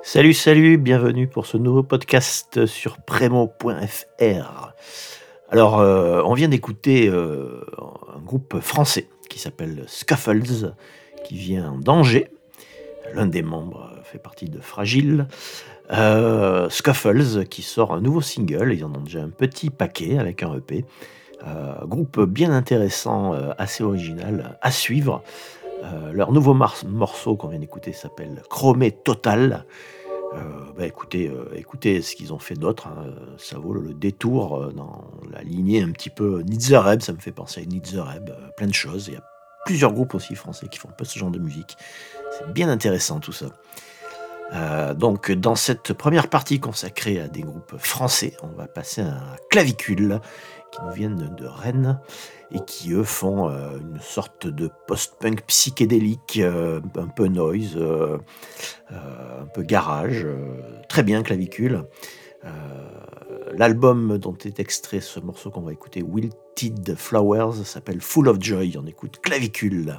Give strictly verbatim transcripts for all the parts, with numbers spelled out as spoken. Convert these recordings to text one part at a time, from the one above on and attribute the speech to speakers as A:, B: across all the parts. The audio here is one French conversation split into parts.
A: Salut, salut, bienvenue pour ce nouveau podcast sur Prémo point F R. Alors, heu, on vient d'écouter, heu, un groupe français qui s'appelle Scuffles, qui vient d'Angers. L'un des membres, heu, fait partie de Fragile. Heu, Scuffles qui sort un nouveau single, ils en ont déjà un petit paquet avec un E P. Heu, groupe bien intéressant, heu, assez original, à suivre. Heu, leur nouveau mars morceau qu'on vient d'écouter s'appelle Chromé Total. Heu, bah, écoutez, heu, écoutez ce qu'ils ont fait d'autre, hein, heu, ça vaut le détour, heu, dans la lignée un petit peu Need the Reb, ça me fait penser à Need the Reb, heu, plein de choses. Il y a plusieurs groupes aussi français qui font un peu ce genre de musique. C'est bien intéressant tout ça. Heu, donc dans cette première partie consacrée à des groupes français, on va passer à Clavicule, qui nous viennent de Rennes et qui eux font, heu, une sorte de post-punk psychédélique, heu, un peu noise, heu heu, un peu garage, heu, très bien Clavicule. Heu, L'album dont est extrait ce morceau qu'on va écouter, Wilted Flowers, s'appelle Full of Joy. On écoute Clavicule.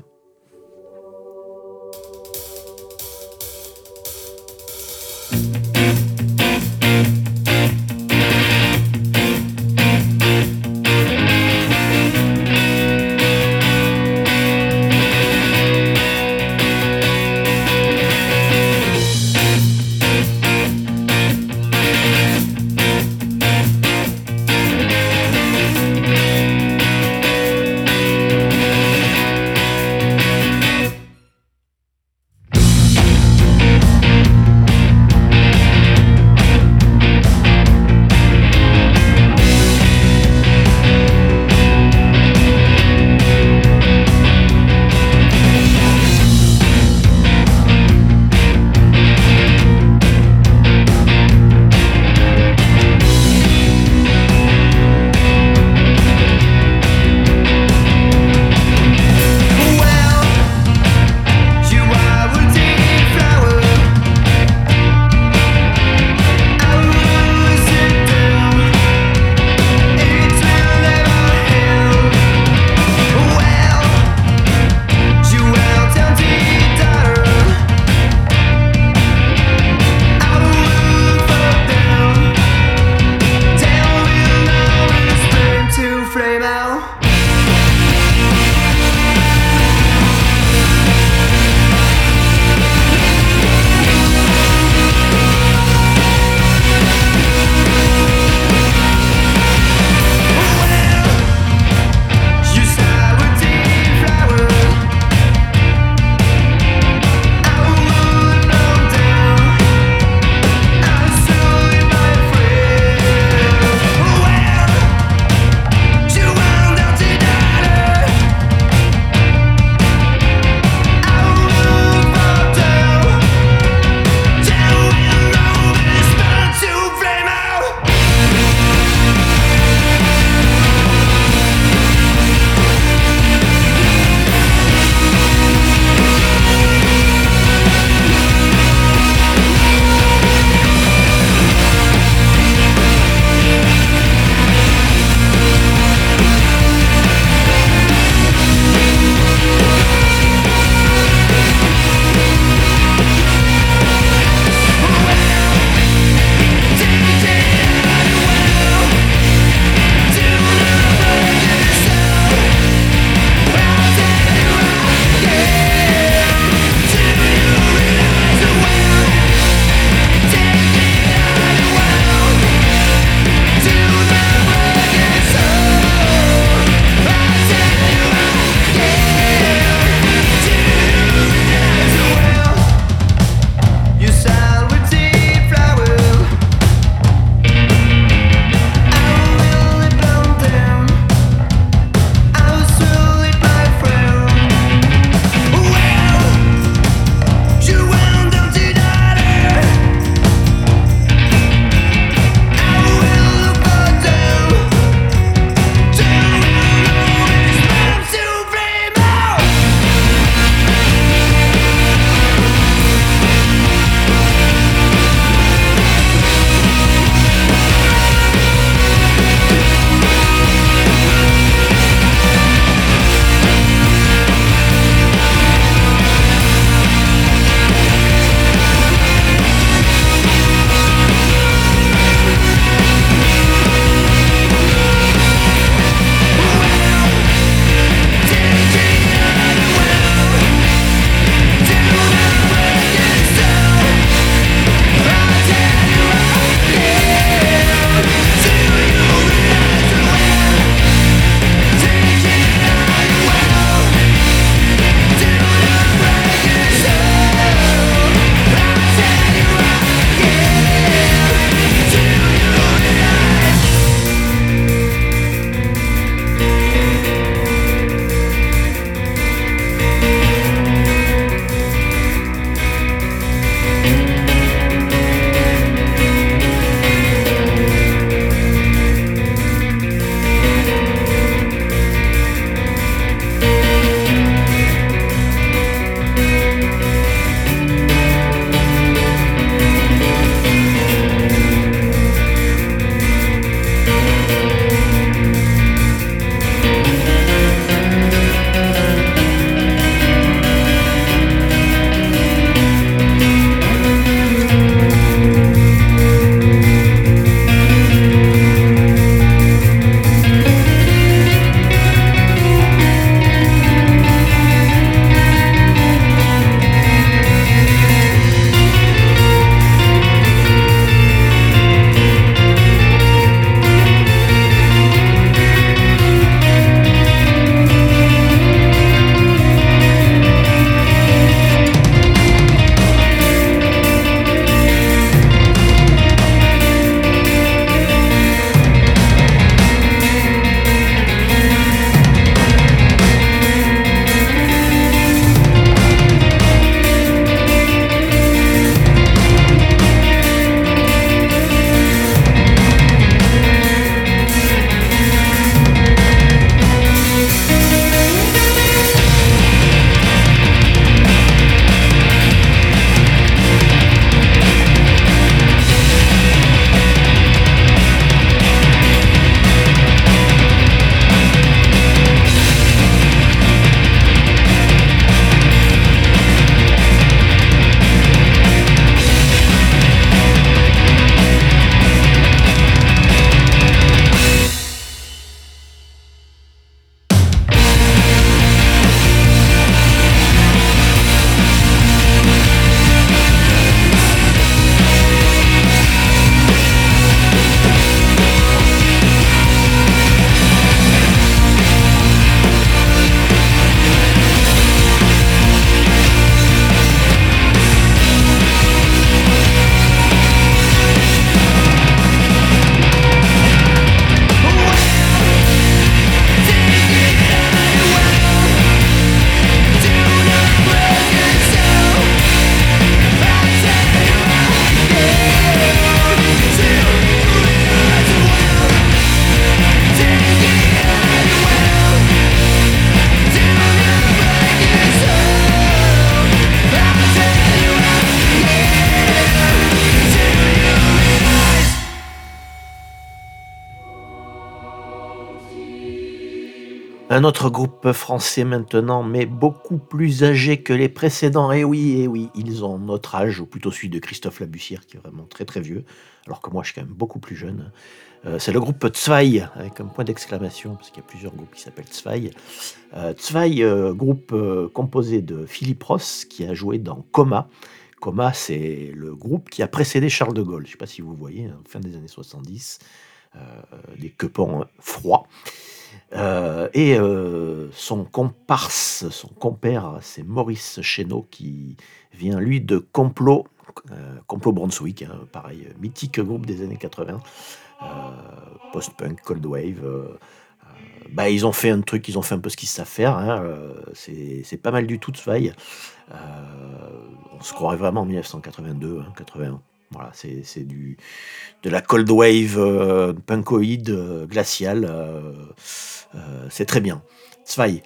A: Un autre groupe français maintenant, mais beaucoup plus âgé que les précédents. Eh oui, eh oui, ils ont notre âge, ou plutôt celui de Christophe Labussière, qui est vraiment très très vieux, alors que moi je suis quand même beaucoup plus jeune. Euh, c'est le groupe Zwei, avec un point d'exclamation, parce qu'il y a plusieurs groupes qui s'appellent Zwei. Euh, Zwei, euh, groupe euh, composé de Philippe Ross, qui a joué dans Coma. Coma, c'est le groupe qui a précédé Charles de Gaulle. Je ne sais pas si vous voyez, hein, fin des années soixante-dix, euh, des quepons froids. Euh, et euh, son comparse, son compère, c'est Maurice Chéneau qui vient, lui, de Complot, euh, Complot Brunswick, hein, pareil, mythique groupe des années quatre-vingts, euh, post-punk, cold wave. Euh, euh, bah, ils ont fait un truc, ils ont fait un peu ce qu'ils savent faire, hein, euh, c'est, c'est pas mal du tout de faille. Euh, on se croirait vraiment en dix-neuf cent quatre-vingt-deux, hein, quatre-vingt-un. Voilà, c'est, c'est du, de la cold wave euh, punkoïde euh, glaciale. Euh, euh, c'est très bien. Zwei.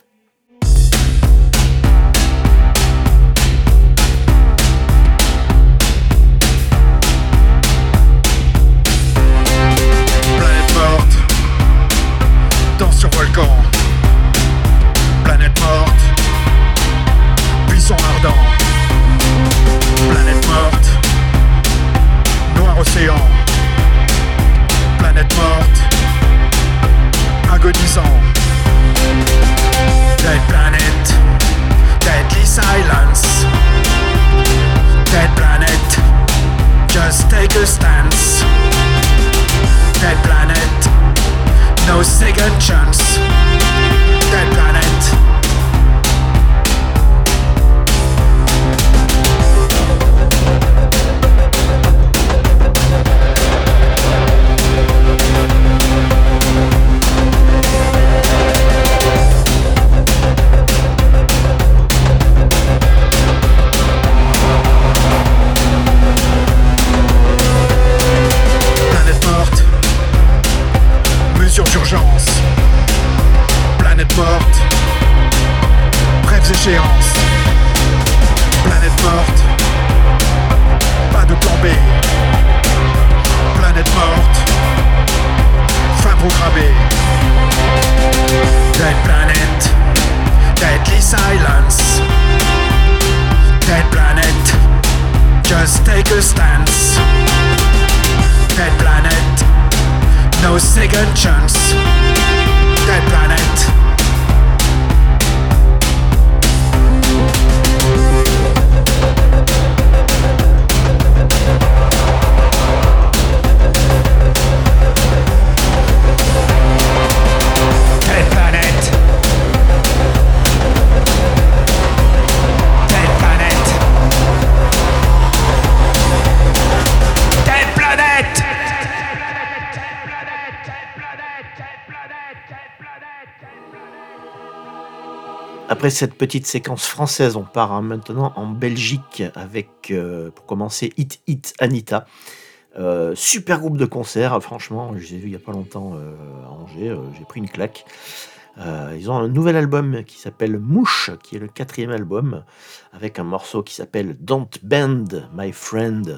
B: Planète morte, danse sur volcan. Planète morte, buisson ardent. Planète morte, noir océan. Planète morte, agonisant. Dead planet, deadly silence. Dead planet, just take a stance. Dead planet, no second chance. Dead planet. D'urgence. Planète morte, brèves échéances. Planète morte, pas de plan B. Planète morte, fin programmée. Dead planet, deadly silence. Dead planet, just take a stance. Dead planet, no second chance. Dead planet. Dead planet. Dead planet. Dead planet.
A: Après cette petite séquence française, on part hein, maintenant en Belgique avec, euh, pour commencer, Hit Hit Anita. Euh, super groupe de concert, franchement, je les ai vus il n'y a pas longtemps euh, à Angers, euh, j'ai pris une claque. Euh, ils ont un nouvel album qui s'appelle Mouche, qui est le quatrième album, avec un morceau qui s'appelle Don't Bend, My Friend.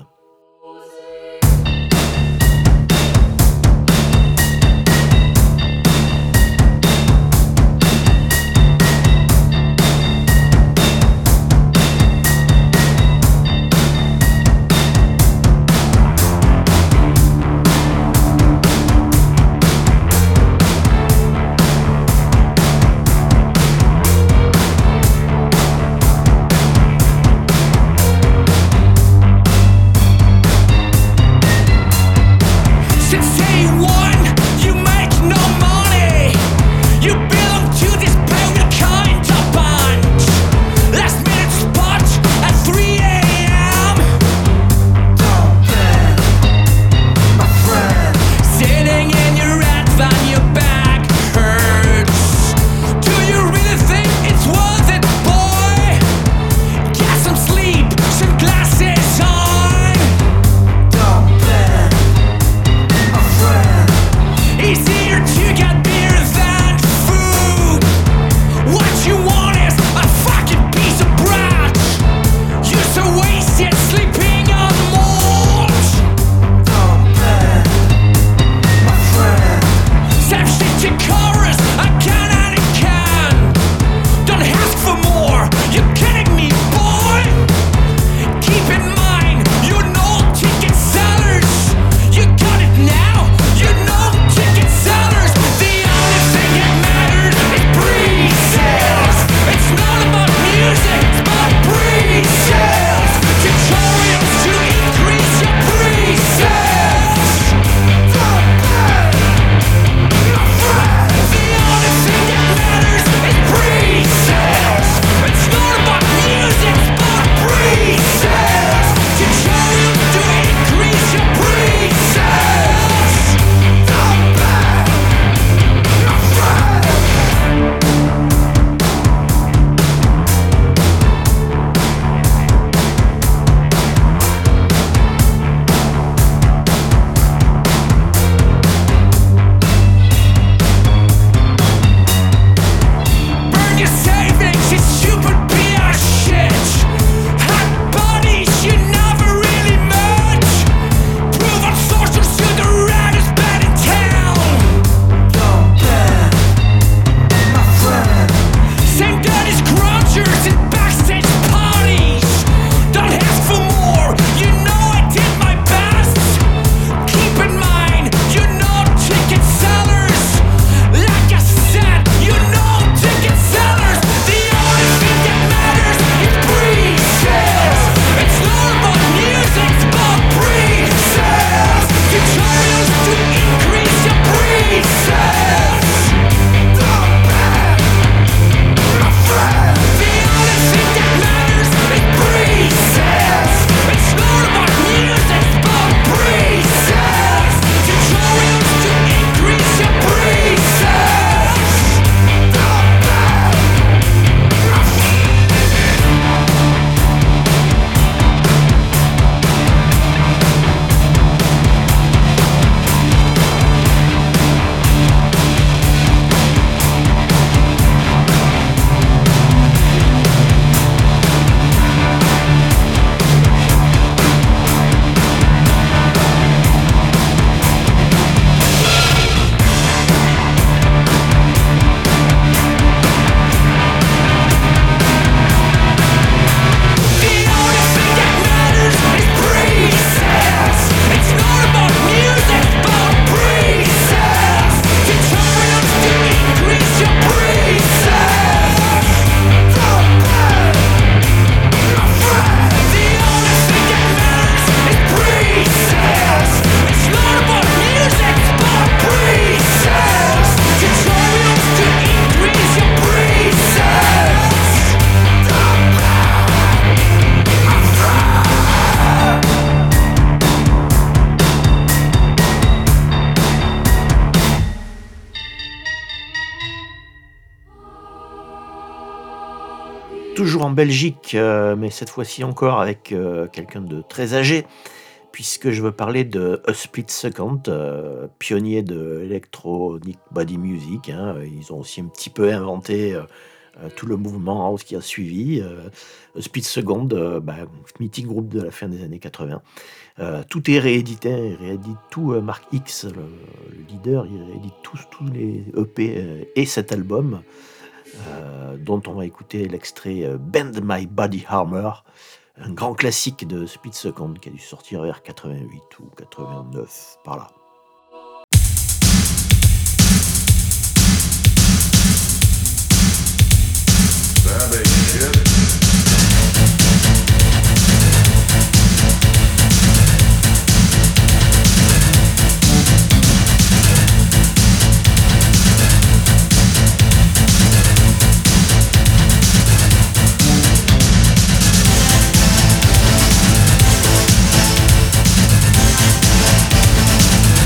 A: toujours en Belgique, euh, mais cette fois-ci encore avec euh, quelqu'un de très âgé, puisque je veux parler de A Split Second, euh, pionnier de Electronic Body Music. Hein. Ils ont aussi un petit peu inventé euh, euh, tout le mouvement house qui a suivi. Euh, A Split Second, euh, bah, mythique groupe de la fin des années quatre-vingts. Euh, tout est réédité, il réédite tout. euh, Mark X, le, le leader, il réédite tous, tous les E P euh, et cet album. Euh, dont on va écouter l'extrait euh, Bend My Body Armor, un grand classique de Split Second qui a dû sortir vers quatre-vingt-huit ou quatre-vingt-neuf, par là.
C: Bend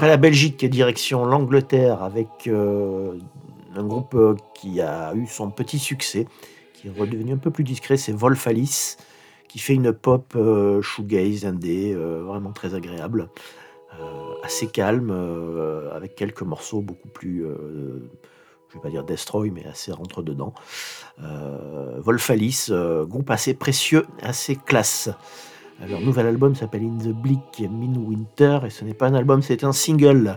A: Après la Belgique, direction l'Angleterre avec euh, un groupe euh, qui a eu son petit succès, qui est redevenu un peu plus discret, c'est Wolf Alice, qui fait une pop euh, shoegaze indé, euh, vraiment très agréable, euh, assez calme, euh, avec quelques morceaux beaucoup plus, euh, je vais pas dire destroy, mais assez rentre dedans. Euh, Wolf Alice, euh, groupe assez précieux, assez classe. Leur nouvel album s'appelle In the Bleak Midwinter et ce n'est pas un album, c'est un single.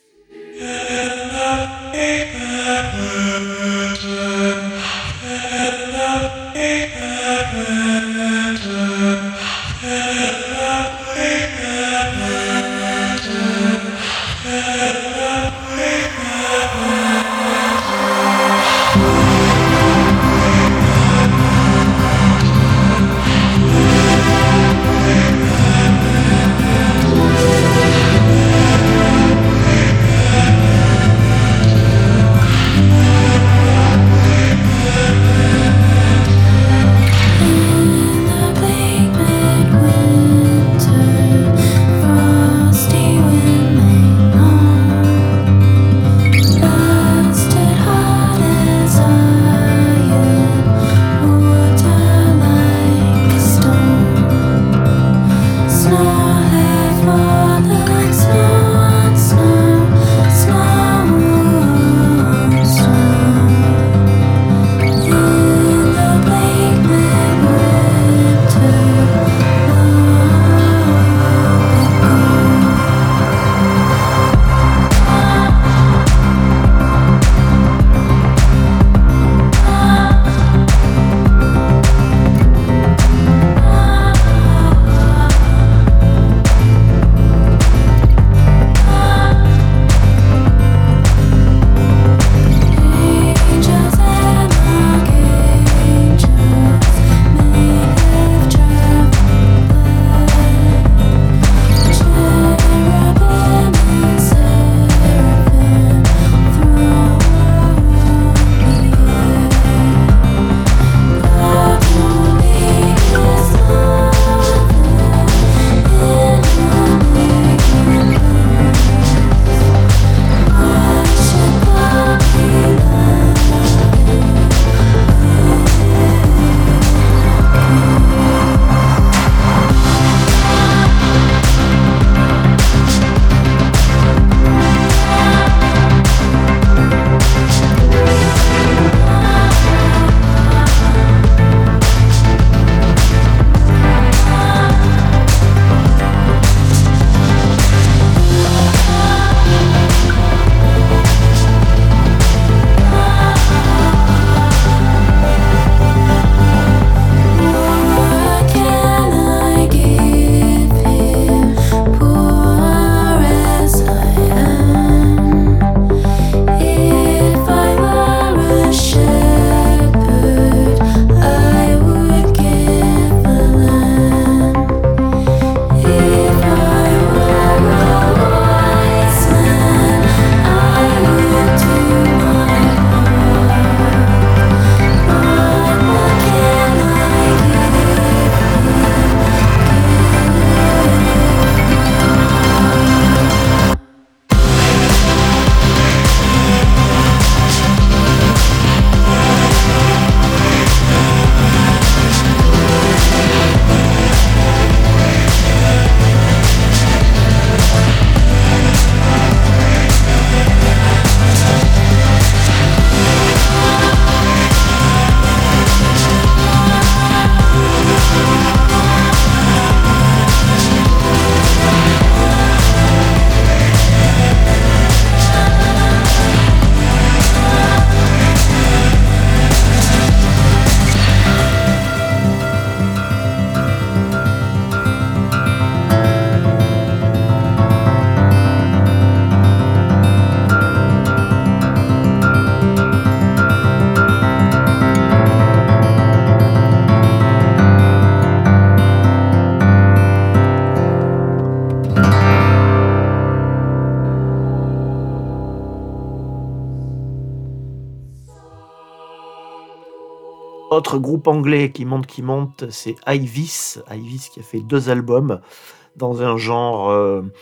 A: Autre groupe anglais qui monte, qui monte, c'est Ivis. Ivis qui a fait deux albums dans un genre euh,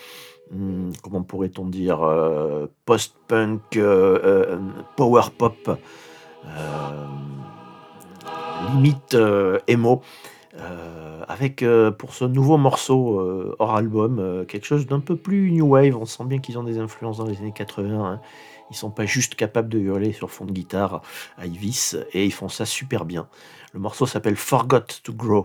A: mmh, comment pourrait-on dire? Heu, post-punk, heu, heu, power pop, hem, limite, heu, emo, heu, avec, heu, pour ce nouveau morceau, heu, hors album, heu, quelque chose d'un peu plus new wave. On sent bien qu'ils ont des influences dans les années quatre-vingts, hein. Ils sont pas juste capables de hurler sur fond de guitare à Elvis et ils font ça super bien. Le morceau s'appelle Forgot to Grow.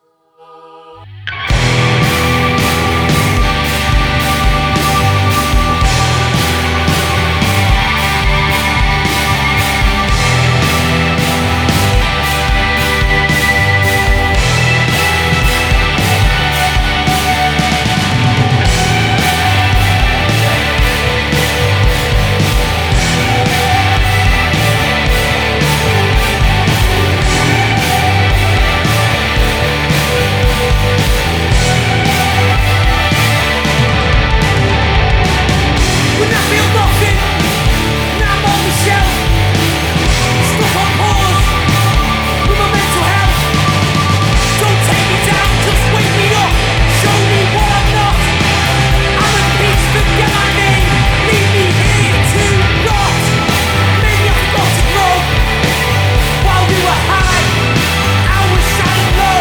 C: When I feel nothing, and I'm on the shelf, stuck on pause with my mental health. Don't take me down, just wake me up, show me what I'm not. I'm at peace, forget my name, leave me here to rot. Maybe I forgot to grow while we were high. I was shining low.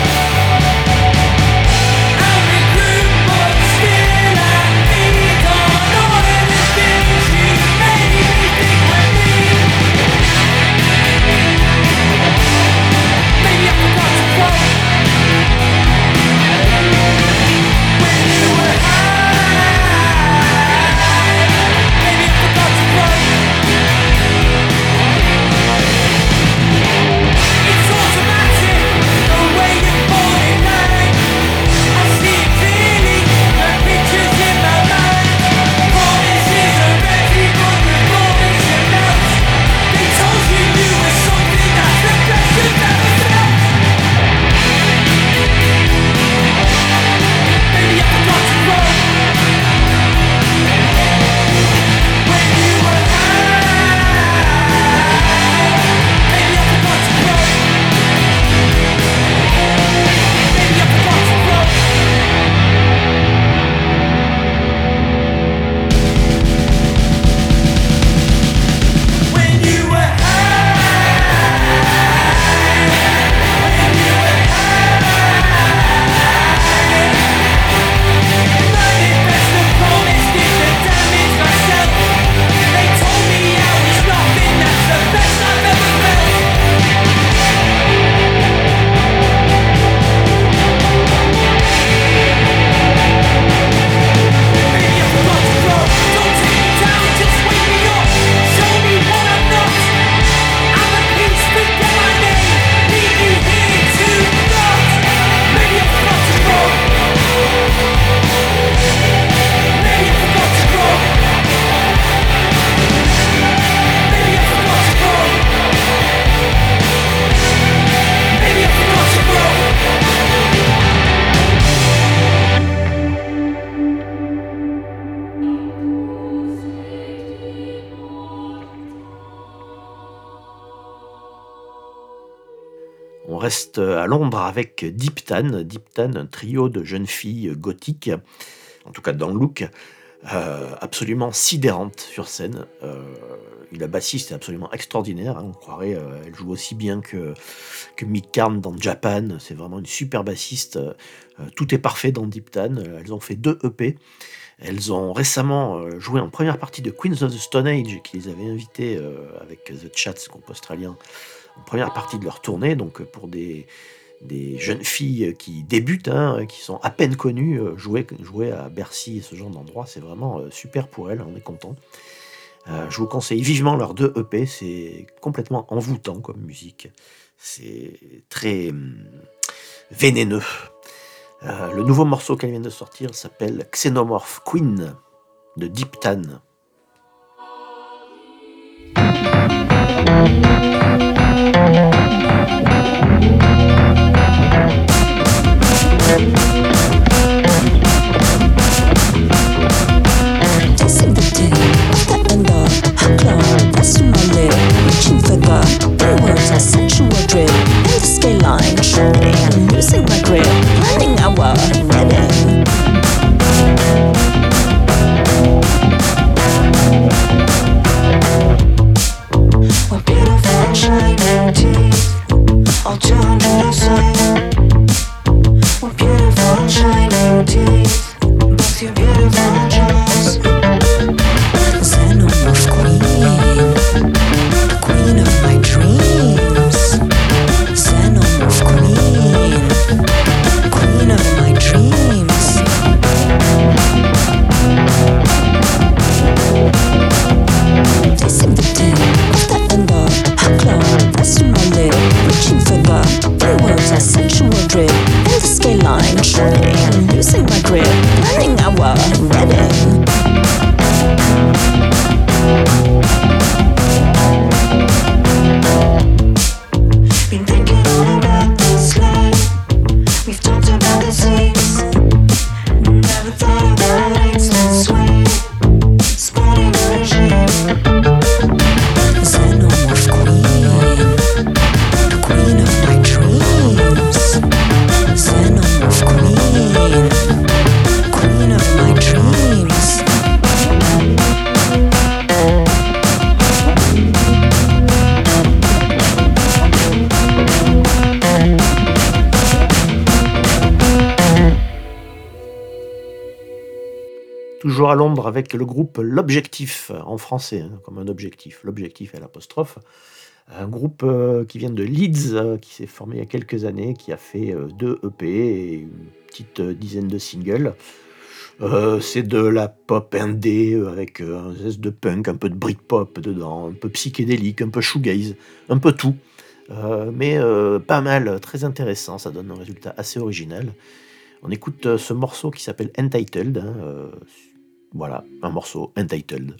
C: I regret, but still I need on all of the things you made me think were me. Maybe I forgot to grow when you were high. Maybe I forgot to grow. It's automatic, the way you fall in line. I see it clearly, the pictures in my mind. Promises are empty, but the promise you melt. They told you you were something that's the best you've ever felt. Maybe I forgot to grow when you were high. Maybe I forgot to grow. Maybe I forgot to grow. When you were high. When you were manifest the promise, did the damage myself. They told me I was nothing, that's the best I've ever felt. Maybe I forgot to grow. Don't take me down, just wake me up, show me what I'm not. I'm at peace, forget my name, leave me here to rot. Maybe I forgot to grow. Maybe I forgot to grow. Maybe I forgot to grow. Maybe I forgot to grow.
A: On reste à Londres avec Deep Tan. Deep Tan, un trio de jeunes filles gothiques, en tout cas dans le look, euh, absolument sidérante sur scène. Euh, la bassiste est absolument extraordinaire, hein, on croirait, euh, elle joue aussi bien que, que Mick Karn dans Japan. C'est vraiment une super bassiste. Euh, tout est parfait dans Deep Tan. Elles ont fait deux E P. Elles ont récemment euh, joué en première partie de Queens of the Stone Age, qui les avait invitées euh, avec The Chats, groupe australien, en première partie de leur tournée. Donc pour des, des jeunes filles qui débutent, hein, qui sont à peine connues, euh, jouer, jouer à Bercy et ce genre d'endroit, c'est vraiment euh, super pour elles, on est content. Euh, je vous conseille vivement leurs deux E P, c'est complètement envoûtant comme musique, c'est très hum, vénéneux. Euh, le nouveau morceau qu'elle vient de sortir s'appelle Xenomorph Queen de Deep Tan.
D: Chasing the day, after and up, her claw, pressed to my lip, reaching for the the words are sexual drip, and the skyline, surely I'm losing my grip, planning our wedding. sexual drip, and the scale line shortening, losing my grip, planning our wedding. Been thinking all about this life. We've talked about the seas. Never thought about it this way. Spreading the regime. Xenomorph queen, the queen of my dreams. Xenomorph queen, queen of my dreams.
A: Toujours à Londres avec le groupe L'Objectif, en français, hein, comme un objectif, l'objectif et l'apostrophe. Un groupe euh, qui vient de Leeds, euh, qui s'est formé il y a quelques années, qui a fait euh, deux E P et une petite euh, dizaine de singles. Euh, c'est de la pop indé euh, avec euh, un zeste de punk, un peu de Britpop dedans, un peu psychédélique, un peu shoegaze, un peu tout. Euh, mais euh, pas mal, très intéressant, ça donne un résultat assez original. On écoute euh, ce morceau qui s'appelle Entitled. Hein, euh, voilà, un morceau Entitled.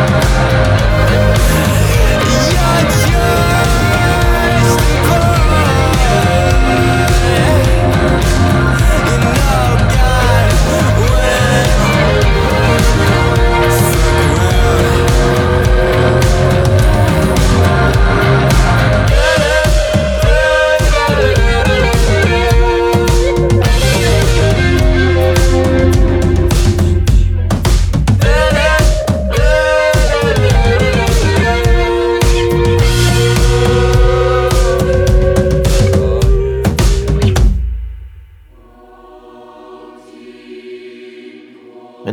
C: You're just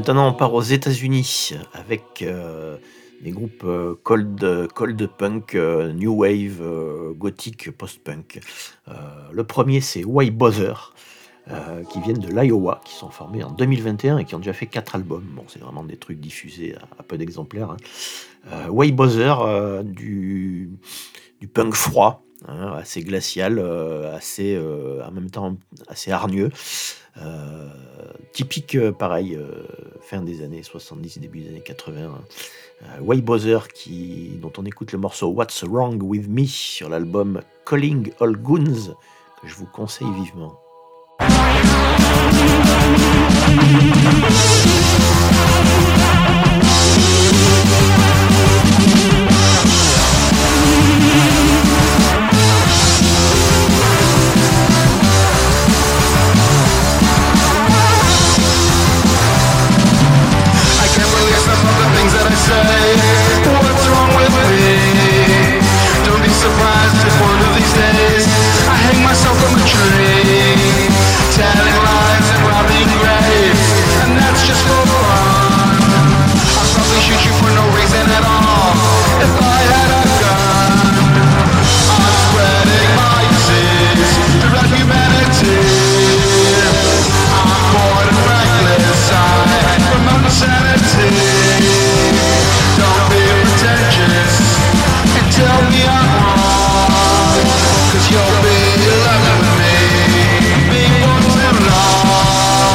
A: Maintenant, on part aux États-Unis avec euh, des groupes euh, cold, cold punk, euh, new wave, euh, gothique, post-punk. Euh, le premier, c'est Why Bother, euh, qui viennent de l'Iowa, qui sont formés en deux mille vingt et un et qui ont déjà fait quatre albums. Bon, c'est vraiment des trucs diffusés à, à peu d'exemplaires. Hein. Euh, Why Bother, euh, du, du punk froid, hein, assez glacial, euh, assez, euh, en même temps assez hargneux. Euh, typique, euh, pareil, euh, fin des années soixante-dix, début des années quatre-vingts. Hein. Euh, Why Bother, qui, dont on écoute le morceau What's Wrong With Me sur l'album Calling All Goons, que je vous conseille vivement.
E: What's wrong with me? Don't be surprised if one of these days I hang myself from a tree, telling lies and robbing graves, and that's just for fun. I'd probably shoot you for no reason at all if I had a gun. I'm spreading my disease throughout humanity. I'm born and reckless, I promote insanity. Don't be pretentious and tell me I'm wrong, 'cause you'll be left with me being for too long.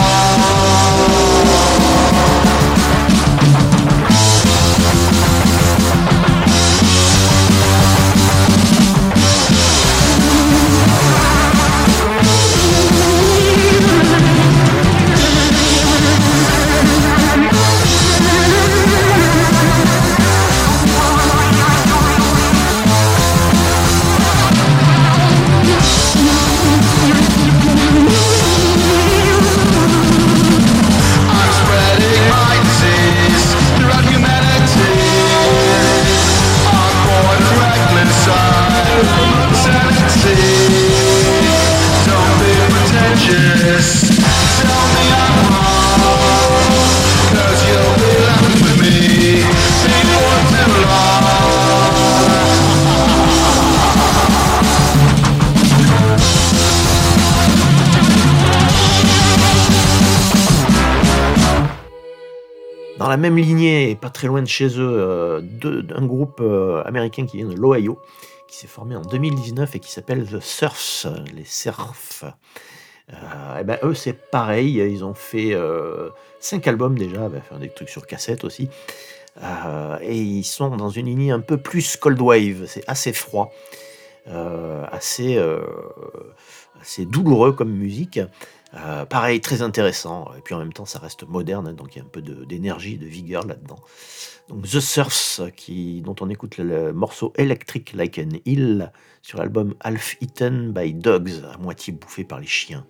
A: Dans la même lignée, et pas très loin de chez eux, euh, deux- un groupe euh, américain qui vient de l'Ohio, qui s'est formé en deux mille dix-neuf et qui s'appelle The Surfs, les Surfs. Euh, et ben eux, c'est pareil, ils ont fait euh, cinq albums déjà, ben, enfin, des trucs sur cassette aussi. Euh, et ils sont dans une lignée un peu plus cold wave, c'est assez froid, euh, assez, euh, assez douloureux comme musique. Euh, pareil, très intéressant, et puis en même temps ça reste moderne, hein, donc il y a un peu de- d'énergie, de vigueur là-dedans. Donc The Surfs, qui, dont on écoute le, le morceau Electric Like an Eel sur l'album Half Eaten by Dogs, à moitié bouffé par les chiens.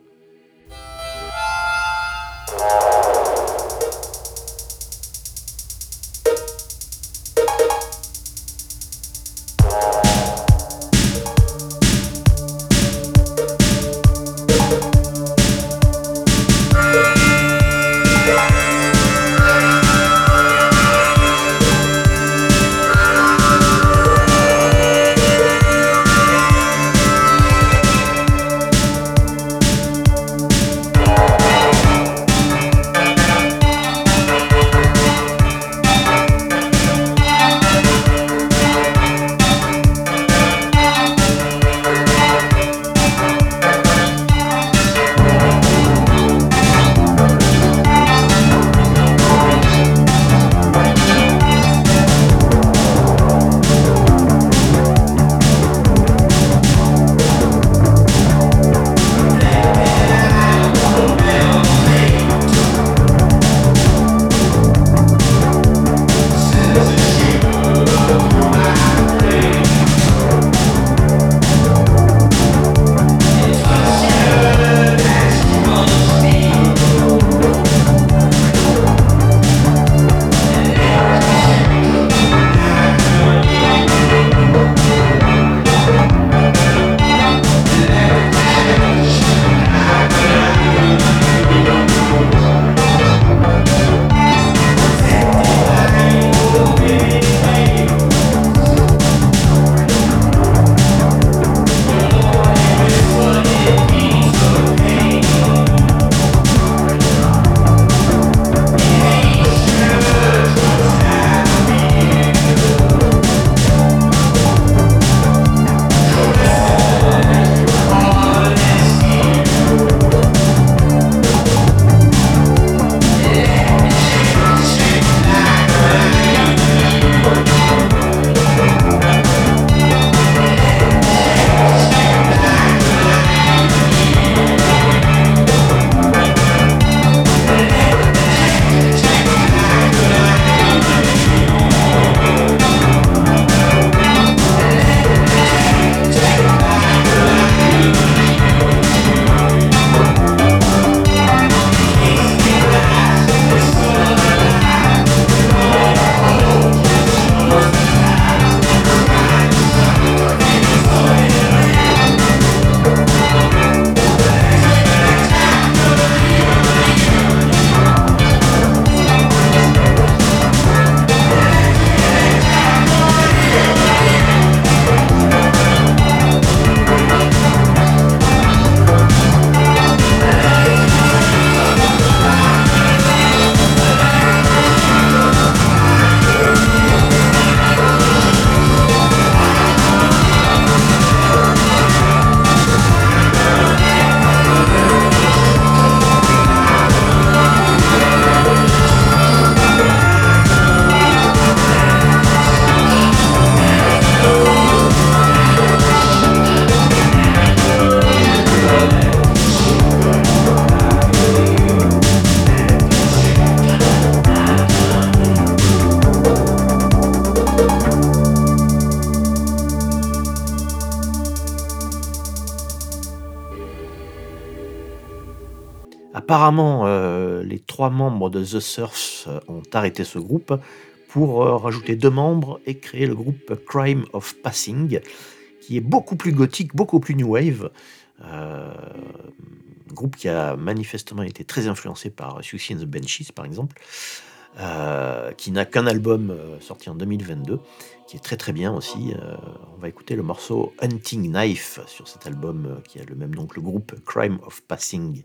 A: Apparemment, euh, les trois membres de The Surfs euh, ont arrêté ce groupe pour euh, rajouter deux membres et créer le groupe Crime of Passing, qui est beaucoup plus gothique, beaucoup plus new wave. Euh, groupe qui a manifestement été très influencé par Siouxsie and the Banshees, par exemple, euh, qui n'a qu'un album euh, sorti en deux mille vingt-deux, qui est très très bien aussi. Euh, on va écouter le morceau Hunting Knife sur cet album euh, qui a le même nom que le groupe Crime of Passing.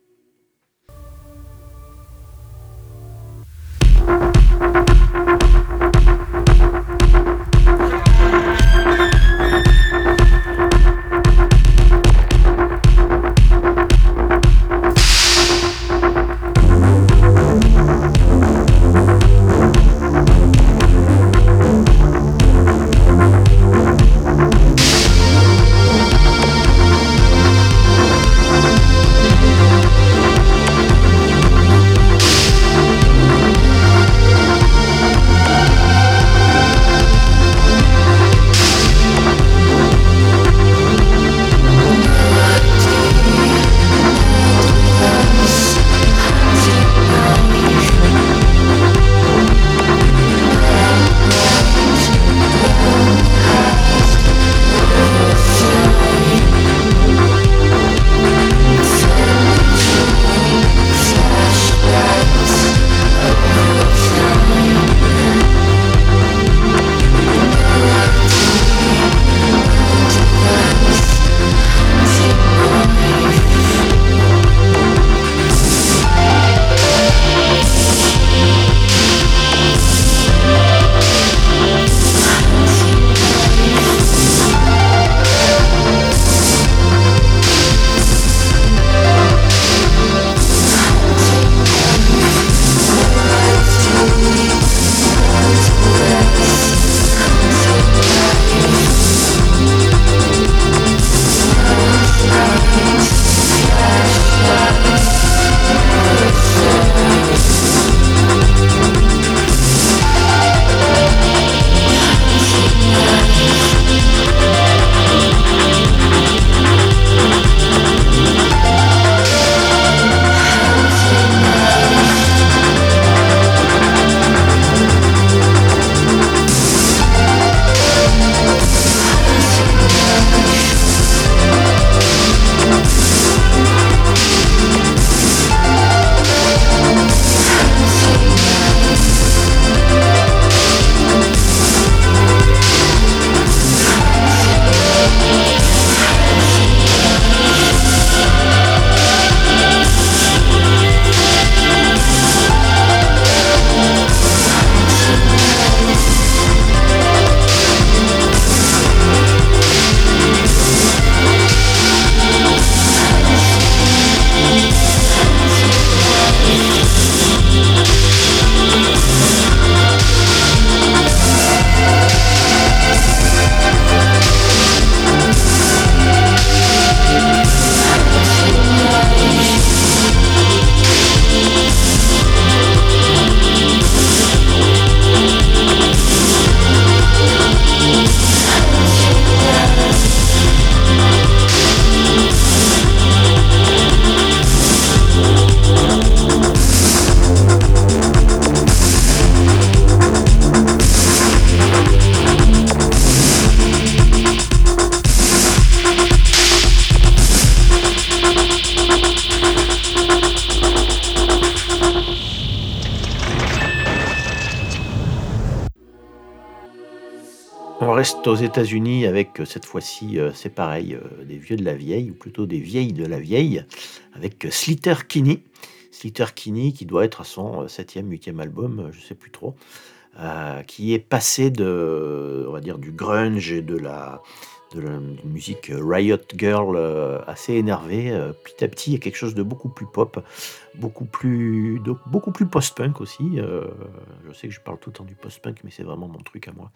A: On reste aux États-Unis avec euh, cette fois-ci, euh, c'est pareil, euh, des vieux de la vieille, ou plutôt des vieilles de la vieille, avec euh, Sleater Kinney. Sleater Kinney qui doit être à son euh, septième, huitième album, euh, je sais plus trop, euh, qui est passé de, on va dire, du grunge et de la, de la d'une musique euh, Riot Girl euh, assez énervée, euh, petit à petit, à quelque chose de beaucoup plus pop, beaucoup plus, de- beaucoup plus post-punk aussi. euh, je sais que je parle tout le temps du post-punk, mais c'est vraiment mon truc à moi.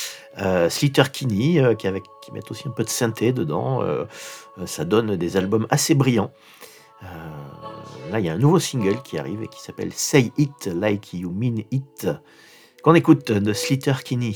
A: Euh, Sleater Kinney, euh, qui, avec, qui met aussi un peu de synthé dedans, euh, euh, ça donne des albums assez brillants. Euh, là, il y a un nouveau single qui arrive et qui s'appelle Say It Like You Mean It, qu'on écoute de Sleater Kinney.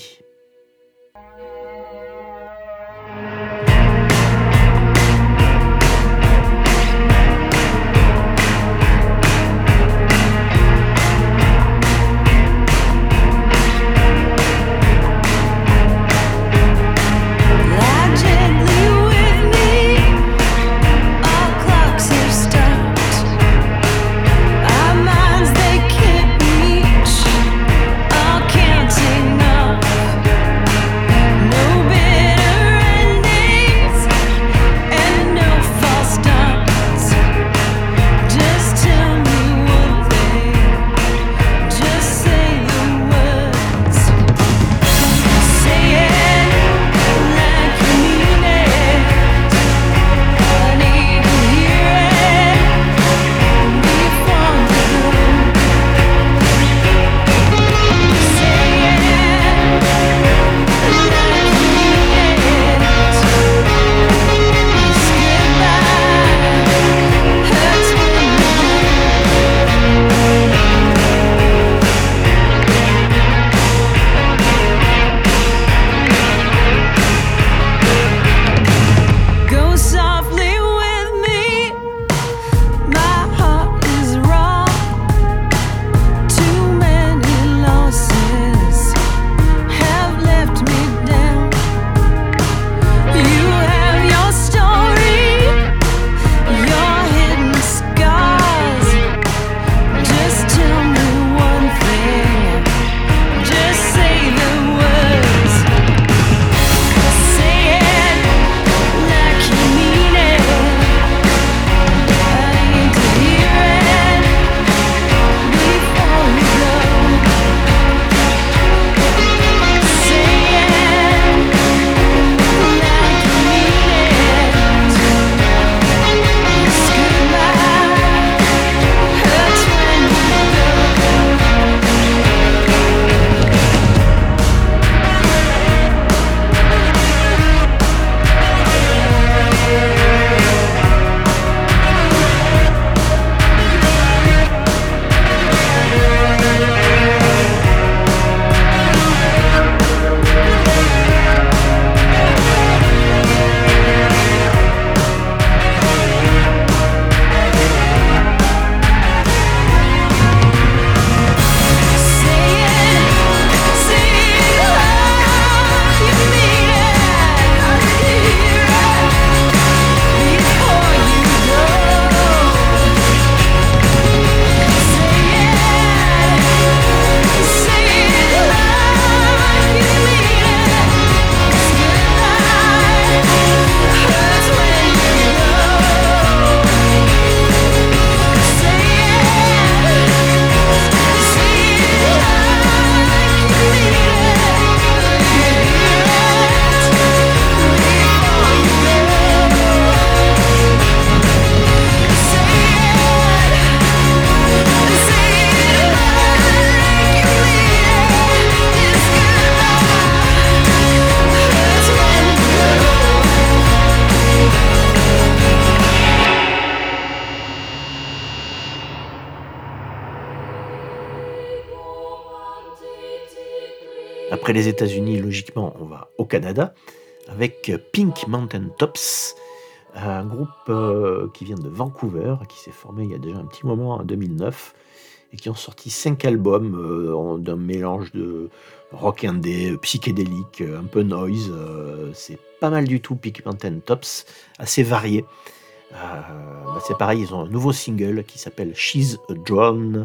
A: après les États-Unis, logiquement, on va au Canada avec Pink Mountain Tops, un groupe euh, qui vient de Vancouver, qui s'est formé il y a déjà un petit moment, en deux mille neuf, et qui ont sorti cinq albums euh, en- d'un mélange de rock indé, psychédélique, un peu noise. Euh, c'est pas mal du tout, Pink Mountain Tops, assez varié. Euh, bah, c'est pareil, ils ont un nouveau single qui s'appelle She's a Drone.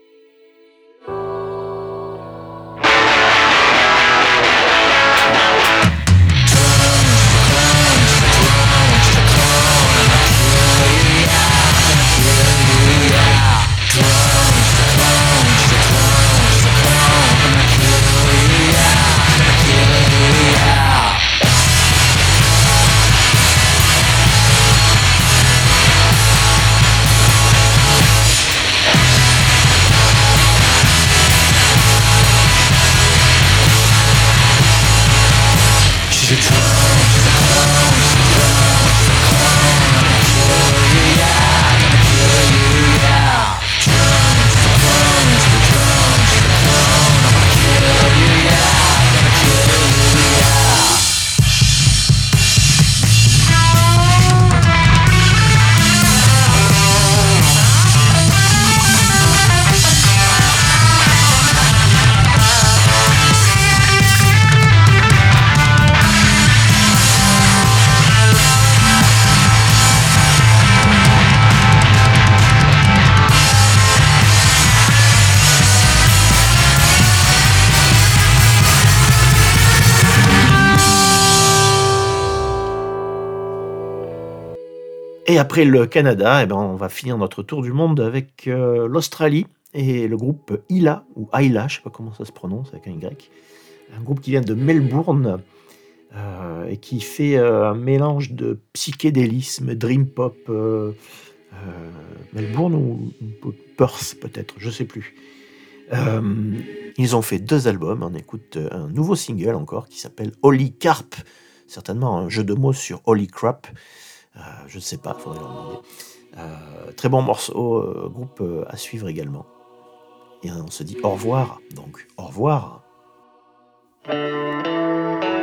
A: Et après le Canada, eh ben, on va finir notre tour du monde avec euh, l'Australie et le groupe Ila, ou Ayla, je sais pas comment ça se prononce avec un Y. Un groupe qui vient de Melbourne euh, et qui fait euh, un mélange de psychédélisme, dream pop, euh, euh, Melbourne ou, ou Perth peut-être, je sais plus. Euh, ils ont fait deux albums, on écoute un nouveau single encore qui s'appelle Holy Carp, certainement un jeu de mots sur Holy Crap. Euh, je ne sais pas, il faudrait leur demander. Euh, très bon morceau, euh, groupe euh, à suivre également. Et on se dit au revoir, donc au revoir.
D: Thank you.